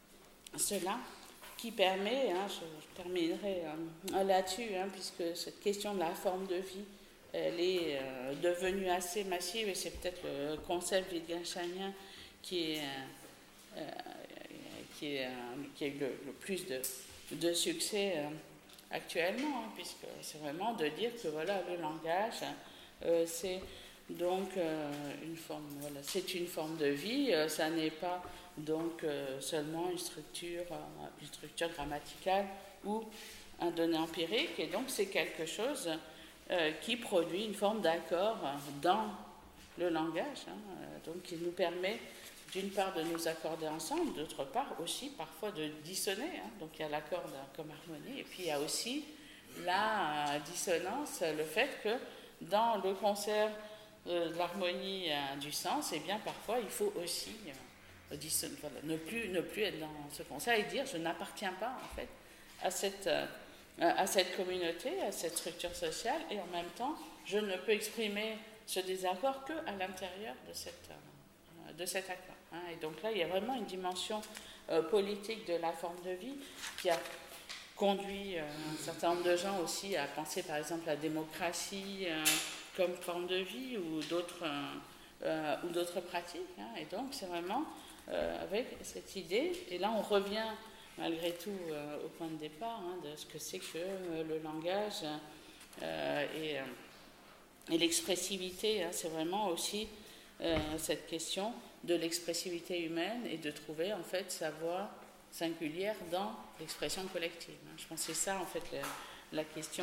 cela qui permet, hein, je, je terminerai euh, là-dessus, hein, puisque cette question de la forme de vie elle est euh, devenue assez massive, et c'est peut-être le concept wittgensteinien qui, est, euh, qui, est, euh, qui a eu le, le plus de, de succès euh, actuellement, hein, puisque c'est vraiment de dire que voilà, le langage, euh, c'est donc euh, une forme, voilà, c'est une forme de vie, euh, ça n'est pas donc euh, seulement une structure, euh, une structure grammaticale ou un donné empirique, et donc c'est quelque chose Euh, qui produit une forme d'accord dans le langage, hein, euh, donc qui nous permet d'une part de nous accorder ensemble, d'autre part aussi parfois de dissonner, hein, donc il y a l'accord comme harmonie, et puis il y a aussi la euh, dissonance, le fait que dans le concert euh, de l'harmonie euh, du sens, eh bien parfois il faut aussi euh, disson- voilà, ne, plus, ne plus être dans ce concert et dire je n'appartiens pas en fait à cette... Euh, à cette communauté, à cette structure sociale, et en même temps, je ne peux exprimer ce désaccord qu'à l'intérieur de, cette, de cet accord. Hein. Et donc là, il y a vraiment une dimension euh, politique de la forme de vie qui a conduit euh, un certain nombre de gens aussi à penser, par exemple, la démocratie euh, comme forme de vie ou d'autres, euh, euh, ou d'autres pratiques. Hein. Et donc, c'est vraiment euh, avec cette idée, et là, on revient malgré tout euh, au point de départ hein, de ce que c'est que euh, le langage euh, et, euh, et l'expressivité. Hein, c'est vraiment aussi euh, cette question de l'expressivité humaine et de trouver en fait sa voix singulière dans l'expression collective. Hein. Je pense que c'est ça en fait le, la question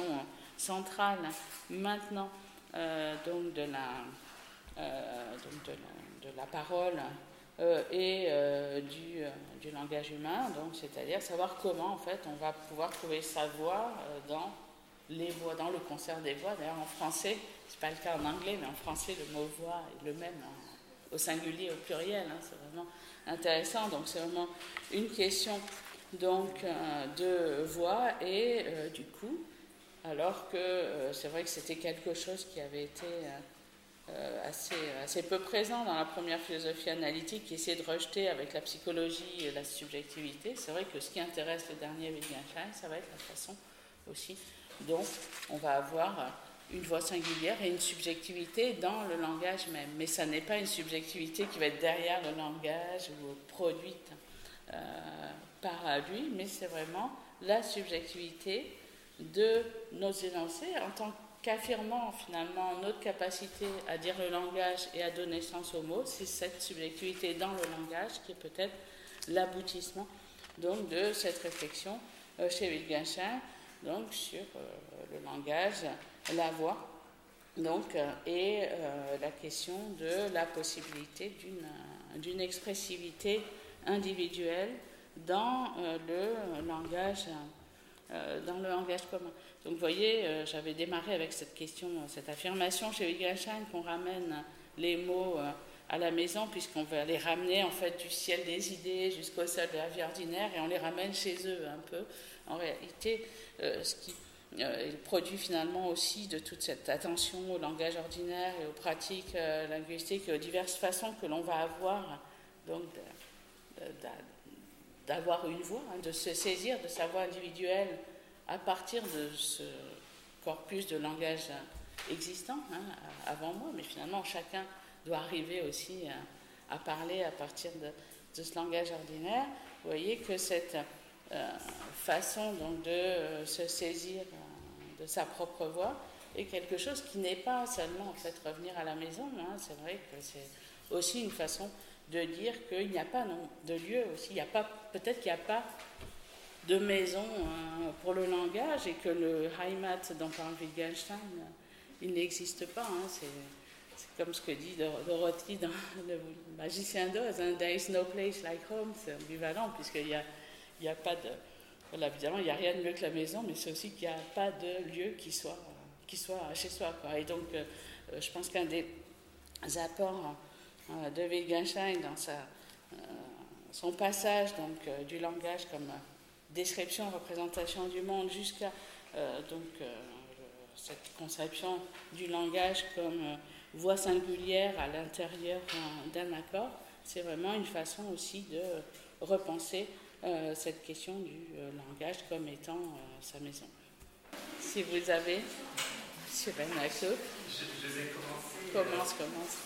centrale maintenant euh, donc de la, euh, donc de la de la parole euh, et euh, du, euh, du langage humain, donc c'est-à-dire savoir comment en fait on va pouvoir trouver sa voix euh, dans les voix, dans le concert des voix. D'ailleurs en français, c'est pas le cas en anglais, mais en français le mot voix est le même hein, au singulier, au pluriel. Hein, c'est vraiment intéressant. Donc c'est vraiment une question donc euh, de voix et euh, du coup, alors que euh, c'est vrai que c'était quelque chose qui avait été euh, euh, assez, assez peu présent dans la première philosophie analytique, qui essayait de rejeter avec la psychologie et la subjectivité. C'est vrai que ce qui intéresse le dernier Wittgenstein, ça va être la façon aussi dont on va avoir une voix singulière et une subjectivité dans le langage même. Mais ça n'est pas une subjectivité qui va être derrière le langage ou produite euh, par lui, mais c'est vraiment la subjectivité de nos énoncés en tant qu'affirmant finalement notre capacité à dire le langage et à donner sens aux mots. C'est cette subjectivité dans le langage qui est peut-être l'aboutissement donc de cette réflexion euh, chez Wittgenstein donc sur euh, le langage, la voix, donc, euh, et euh, la question de la possibilité d'une, euh, d'une expressivité individuelle dans euh, le langage, euh, dans le langage commun. Donc, vous voyez, euh, j'avais démarré avec cette question, cette affirmation chez Wittgenstein qu'on ramène les mots euh, à la maison, puisqu'on va les ramener en fait du ciel des idées jusqu'au sol de la vie ordinaire, et on les ramène chez eux un peu. En réalité, euh, ce qui euh, produit finalement aussi de toute cette attention au langage ordinaire et aux pratiques euh, linguistiques et aux diverses façons que l'on va avoir donc de, de, de, d'avoir une voix, hein, de se saisir de sa voix individuelle à partir de ce corpus de langage existant hein, avant moi, mais finalement chacun doit arriver aussi à, à parler à partir de, de ce langage ordinaire. Vous voyez que cette euh, façon donc, de euh, se saisir euh, de sa propre voix est quelque chose qui n'est pas seulement en fait revenir à la maison. Hein. C'est vrai que c'est aussi une façon de dire qu'il n'y a pas non, de lieu aussi. Il n'y a pas, peut-être qu'il n'y a pas de maison hein, pour le langage et que le Heimat dont parle Wittgenstein, il n'existe pas. Hein. C'est, c'est comme ce que dit Dorothy dans Le Magicien d'Oz, hein, There is no place like home, c'est ambivalent puisqu'il n'y a, il y a pas de... Voilà, évidemment, il n'y a rien de mieux que la maison, mais c'est aussi qu'il n'y a pas de lieu qui soit, qui soit chez soi. Quoi. Et donc, euh, je pense qu'un des apports euh, de Wittgenstein dans sa, euh, son passage donc, euh, du langage comme description, représentation du monde, jusqu'à euh, donc, euh, cette conception du langage comme euh, voix singulière à l'intérieur euh, d'un accord, c'est vraiment une façon aussi de repenser euh, cette question du euh, langage comme étant euh, sa maison. Si vous avez, Monsieur Benaco, je, je vais commencer. Commence, euh, commence.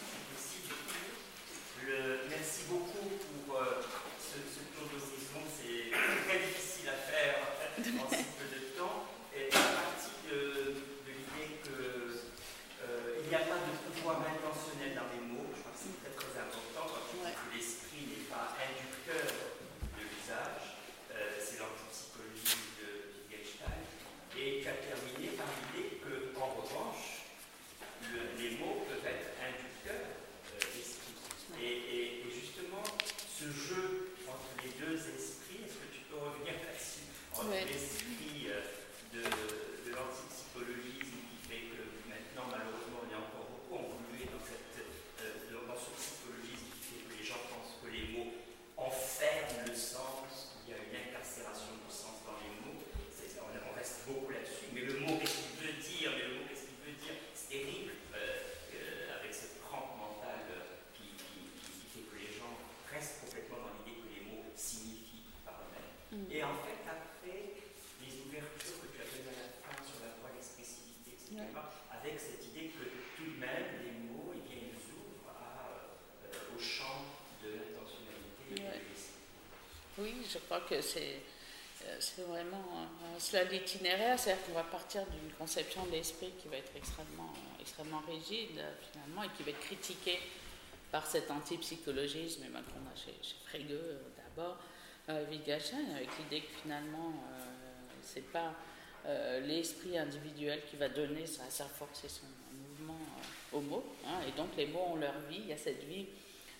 Le, merci beaucoup pour euh, ce, ce tour d'horizon. C'est très difficile à faire en si peu de temps. Et à partir de, de l'idée qu'il euh, n'y a pas de pouvoir intentionnel dans les mots, je crois que c'est très très important. Quand on dit que l'esprit n'est pas inducteur de l'usage, euh, c'est l'antipsychologie de Wittgenstein, et qui a terminé par l'idée qu'en revanche, le, les mots peuvent être inducteurs euh, d'esprit. Et, et, et justement, ce jeu entre les deux esprits, est-ce que tu peux revenir là-dessus, entre oui. l'esprit euh, de, de l'antipsychologisme qui fait que maintenant, malheureusement, il y a encore beaucoup englué dans, cette, euh, dans ce psychologisme qui fait que les gens pensent que les mots enferment le sens, qu'il y a une incarcération du sens dans les mots. C'est, on, on reste beaucoup là-dessus, mais le mot, qu'est-ce qu'il veut dire, mais le mot, qu'est-ce qu'il veut dire, c'est terrible, euh, euh, avec cette crampe mentale euh, qui, qui, qui fait que les gens restent complètement dans l'idée que les mots signifient par eux-mêmes. Mm. Et en fait, après les ouvertures que tu as données à la fin sur la voie, l'expressivité, et cetera, ouais. avec cette idée que tout de même, les mots, eh bien, ils ouvrent à, euh, au champ de l'intentionnalité et ouais. de l'esprit. Oui, je crois que c'est, c'est vraiment euh, cela l'itinéraire, c'est-à-dire qu'on va partir d'une conception de l'esprit qui va être extrêmement, extrêmement rigide, finalement, et qui va être critiquée par cet antipsychologisme, et ben, qu'on a chez, chez Frege euh, d'abord, euh, Wittgenstein, avec l'idée que finalement, euh, c'est pas euh, l'esprit individuel qui va donner sa, sa force et son mouvement euh, aux mots, hein, et donc les mots ont leur vie, il y a cette vie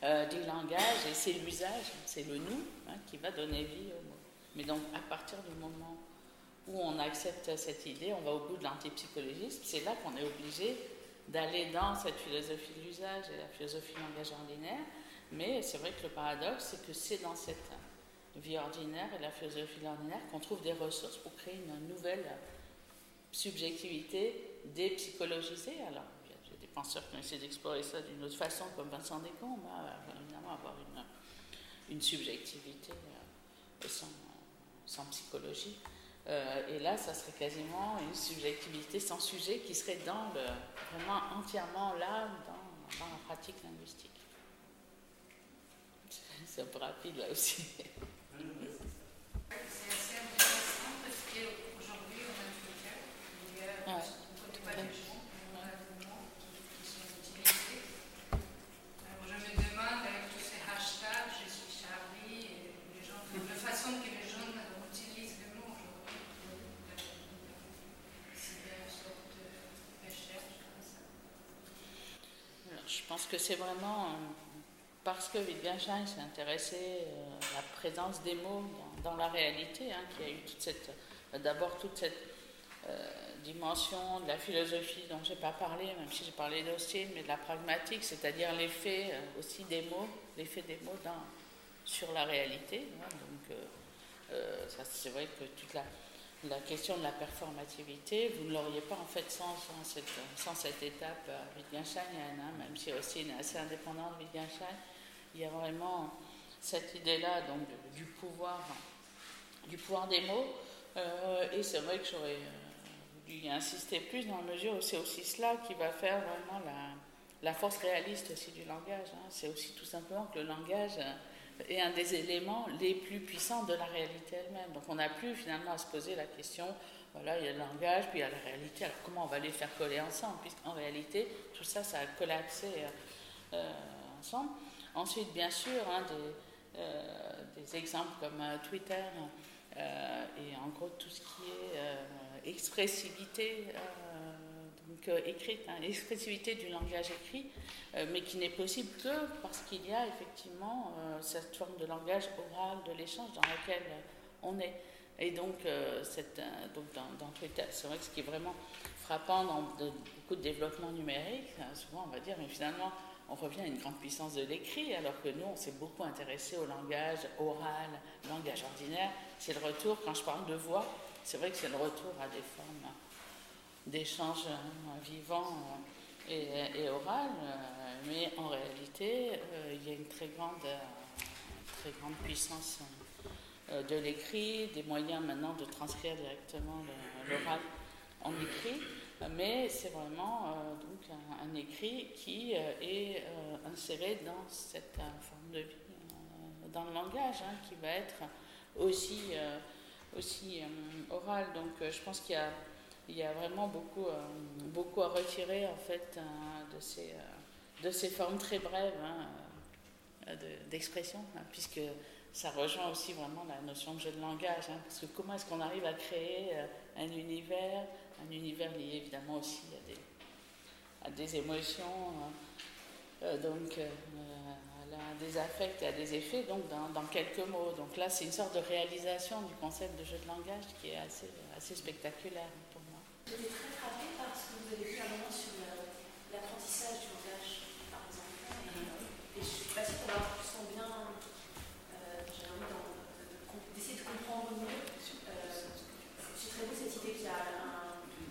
euh, du langage, et c'est l'usage, c'est le nous hein, qui va donner vie au mot. Mais donc à partir du moment où on accepte cette idée, on va au bout de l'antipsychologisme, c'est là qu'on est obligé d'aller dans cette philosophie de l'usage et la philosophie du langage ordinaire. Mais c'est vrai que le paradoxe, c'est que c'est dans cette vie ordinaire et la philosophie de l'ordinaire qu'on trouve des ressources pour créer une nouvelle subjectivité dépsychologisée. Alors, il y a des penseurs qui ont essayé d'explorer ça d'une autre façon, comme Vincent Descombes, hein, évidemment avoir une, une subjectivité euh, sans, sans psychologie. Euh, et là, ça serait quasiment une subjectivité sans sujet qui serait dans le, vraiment entièrement là, dans, dans la pratique linguistique. C'est un peu rapide là aussi. C'est assez intéressant parce qu'aujourd'hui, on a Twitter, il y a, Ouais. on ne connaît pas les gens, on a des mots qui, qui sont utilisés. Alors je me demande, avec tous ces hashtags, je suis Charlie, et les gens, la façon que les gens utilisent les mots aujourd'hui, c'est une sorte de recherche comme ça. Alors, je pense que c'est vraiment parce que Wittgenstein s'est intéressé euh, à la présence des mots dans, dans la réalité, hein, qu'il y a eu toute cette, euh, d'abord toute cette euh, dimension de la philosophie dont je n'ai pas parlé, même si j'ai parlé d'Austin, mais de la pragmatique, c'est-à-dire l'effet euh, aussi des mots, l'effet des mots dans, sur la réalité. Hein, donc, euh, euh, ça, c'est vrai que toute la, la question de la performativité, vous ne l'auriez pas en fait sans, sans, cette, sans cette étape euh, Wittgensteinienne, hein, même si Austin est assez indépendant de Wittgenstein. Il y a vraiment cette idée-là donc, de, du, pouvoir, du pouvoir des mots. Euh, et c'est vrai que j'aurais euh, dû y insister plus dans la mesure où c'est aussi cela qui va faire vraiment la, la force réaliste aussi du langage. Hein. C'est aussi tout simplement que le langage est un des éléments les plus puissants de la réalité elle-même. Donc on n'a plus finalement à se poser la question, voilà, il y a le langage, puis il y a la réalité, alors comment on va les faire coller ensemble, puisqu'en réalité, tout ça, ça a collapsé euh, ensemble. Ensuite, bien sûr, hein, des, euh, des exemples comme euh, Twitter euh, et en gros tout ce qui est euh, expressivité euh, donc, euh, écrite, hein, expressivité du langage écrit, euh, mais qui n'est possible que parce qu'il y a effectivement euh, cette forme de langage oral, de l'échange dans lequel on est. Et donc, euh, cette, euh, donc dans, dans Twitter, c'est vrai que ce qui est vraiment frappant dans de, beaucoup de développement numérique, hein, souvent on va dire, mais finalement, on revient à une grande puissance de l'écrit, alors que nous, on s'est beaucoup intéressé au langage oral, langage ordinaire. C'est le retour, quand je parle de voix, c'est vrai que c'est le retour à des formes d'échange euh, vivant euh, et, et oral, euh, mais en réalité, euh, il y a une très grande, euh, très grande puissance euh, de l'écrit, des moyens maintenant de transcrire directement l'oral en écrit. Mais c'est vraiment euh, donc un, un écrit qui euh, est euh, inséré dans cette euh, forme de vie, euh, dans le langage, hein, qui va être aussi, euh, aussi euh, oral. Donc euh, je pense qu'il y a, il y a vraiment beaucoup, euh, beaucoup à retirer en fait euh, de, ces, euh, de ces formes très brèves hein, de, d'expression, hein, puisque ça rejoint aussi vraiment la notion de jeu de langage, hein, parce que comment est-ce qu'on arrive à créer euh, un univers un univers lié évidemment aussi à des, à des émotions, euh, donc euh, à des affects et à des effets, donc dans, dans quelques mots. Donc là, c'est une sorte de réalisation du concept de jeu de langage qui est assez, assez spectaculaire pour moi. J'étais très frappée par ce que vous avez dit à un moment sur l'apprentissage du langage, par exemple. Mm-hmm. Et je suis pas sûre d'avoir plus son bien, euh, j'ai envie d'essayer de comprendre mieux. Euh, c'est très beau cette idée qu'il y a un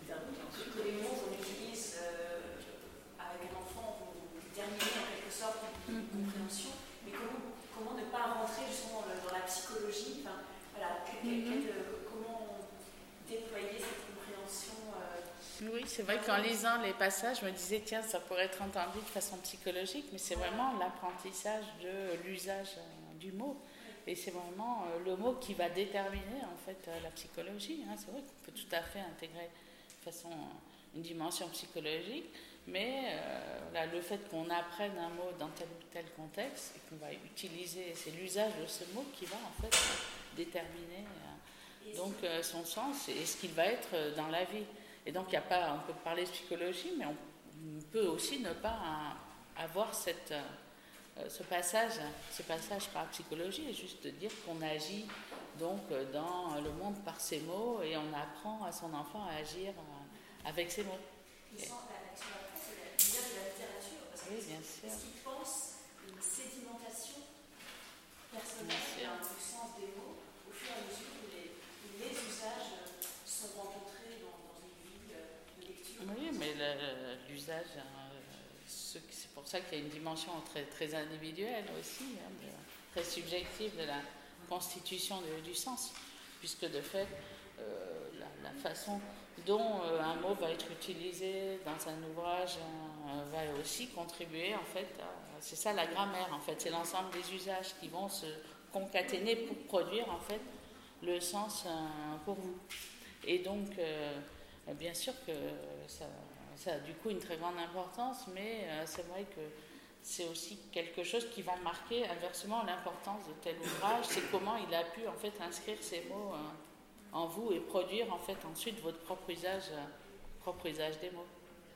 que les mots qu'on utilise euh, avec un enfant vont déterminer en quelque sorte une mm-hmm. compréhension, mais comment, comment ne pas rentrer justement dans la psychologie, enfin, voilà, que, mm-hmm. quel, comment déployer cette compréhension euh, Oui, c'est vrai qu'en lisant les passages, je me disais, tiens, ça pourrait être entendu de façon psychologique, mais c'est vraiment l'apprentissage de l'usage du mot. Et c'est vraiment le mot qui va déterminer en fait la psychologie. Hein. C'est vrai qu'on peut tout à fait intégrer de façon une dimension psychologique, mais euh, voilà, le fait qu'on apprenne un mot dans tel ou tel contexte et qu'on va utiliser, c'est l'usage de ce mot qui va en fait déterminer euh, donc euh, son sens et ce qu'il va être dans la vie. Et donc il y a pas, on peut parler de psychologie, mais on, on peut aussi ne pas avoir cette euh, ce passage, ce passage par psychologie est juste de dire qu'on agit donc dans le monde par ses mots et on apprend à son enfant à agir euh, avec ses mots. Et sans l'action après, c'est l'univers de la littérature. Parce que oui, bien sûr. ce qui pense une sédimentation personnelle dans le sens des mots au fur et à mesure où les, où les usages sont rencontrés dans, dans une vie de lecture. Oui, mais le, l'usage, euh, c'est pour ça qu'il y a une dimension très, très individuelle aussi, hein, de, très subjective de la constitution de, du sens, puisque de fait, euh, la, la façon dont euh, un mot va être utilisé dans un ouvrage euh, va aussi contribuer en fait à, c'est ça la grammaire en fait, c'est l'ensemble des usages qui vont se concaténer pour produire en fait le sens euh, pour vous. Et donc euh, bien sûr que ça, ça a du coup une très grande importance, mais euh, c'est vrai que c'est aussi quelque chose qui va marquer inversement l'importance de tel ouvrage, c'est comment il a pu en fait inscrire ces mots euh, en vous et produire en fait ensuite votre propre usage, euh, propre usage des mots.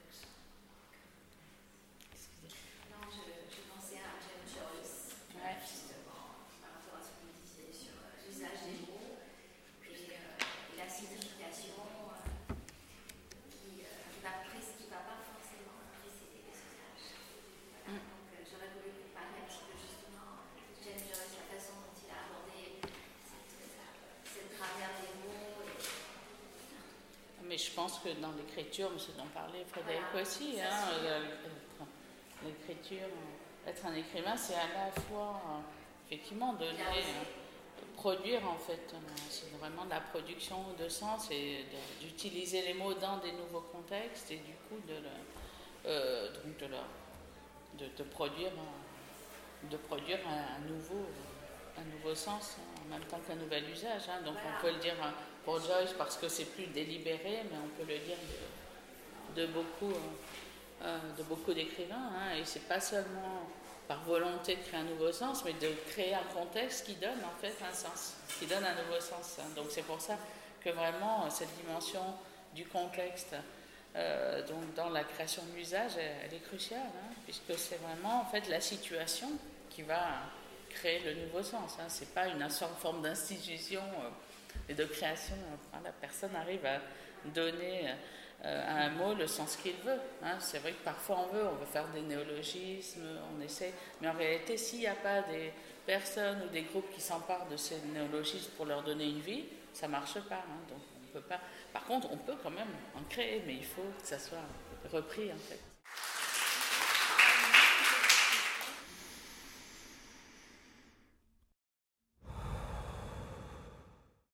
Non, je, je pensais à James Joyce, Ouais. justement, par rapport à ce que vous disiez sur euh, l'usage des mots et, euh, et la signification euh, qui, euh, qui va pré- qui va pas forcément précéder les usages. Voilà. Mm. Donc, euh, j'aurais voulu vous parler un petit peu justement de James Joyce, la façon dont il a abordé cette, cette travers des mots. Et... Mais je pense que dans l'écriture, M. dont parlait Frédéric Voilà, aussi, ça hein, suit. euh, l'écriture, euh, être un écrivain, c'est à la fois euh, effectivement donner, euh, produire en fait, euh, c'est vraiment de la production de sens et de- d'utiliser les mots dans des nouveaux contextes et du coup de, le, euh, donc de, leur, de, de produire, euh, de produire un, un nouveau. un nouveau sens hein, en même temps qu'un nouvel usage. Hein. Donc Voilà. on peut le dire hein, pour Joyce parce que c'est plus délibéré, mais on peut le dire de, de beaucoup, euh, euh, de beaucoup d'écrivains. Hein. Et c'est pas seulement par volonté de créer un nouveau sens, mais de créer un contexte qui donne en fait un sens, qui donne un nouveau sens. Hein. Donc c'est pour ça que vraiment cette dimension du contexte euh, donc dans la création de l'usage, elle, elle est cruciale, hein, puisque c'est vraiment en fait la situation qui va créer le nouveau sens. Hein. Ce n'est pas une forme d'institution euh, et de création. Enfin, la personne arrive à donner euh, à un mot le sens qu'il veut. Hein. C'est vrai que parfois on veut, on veut faire des néologismes, on essaie, mais en réalité, s'il n'y a pas des personnes ou des groupes qui s'emparent de ces néologismes pour leur donner une vie, ça ne marche pas. Hein. Donc on peut pas. Par contre, on peut quand même en créer, mais il faut que ça soit repris en fait.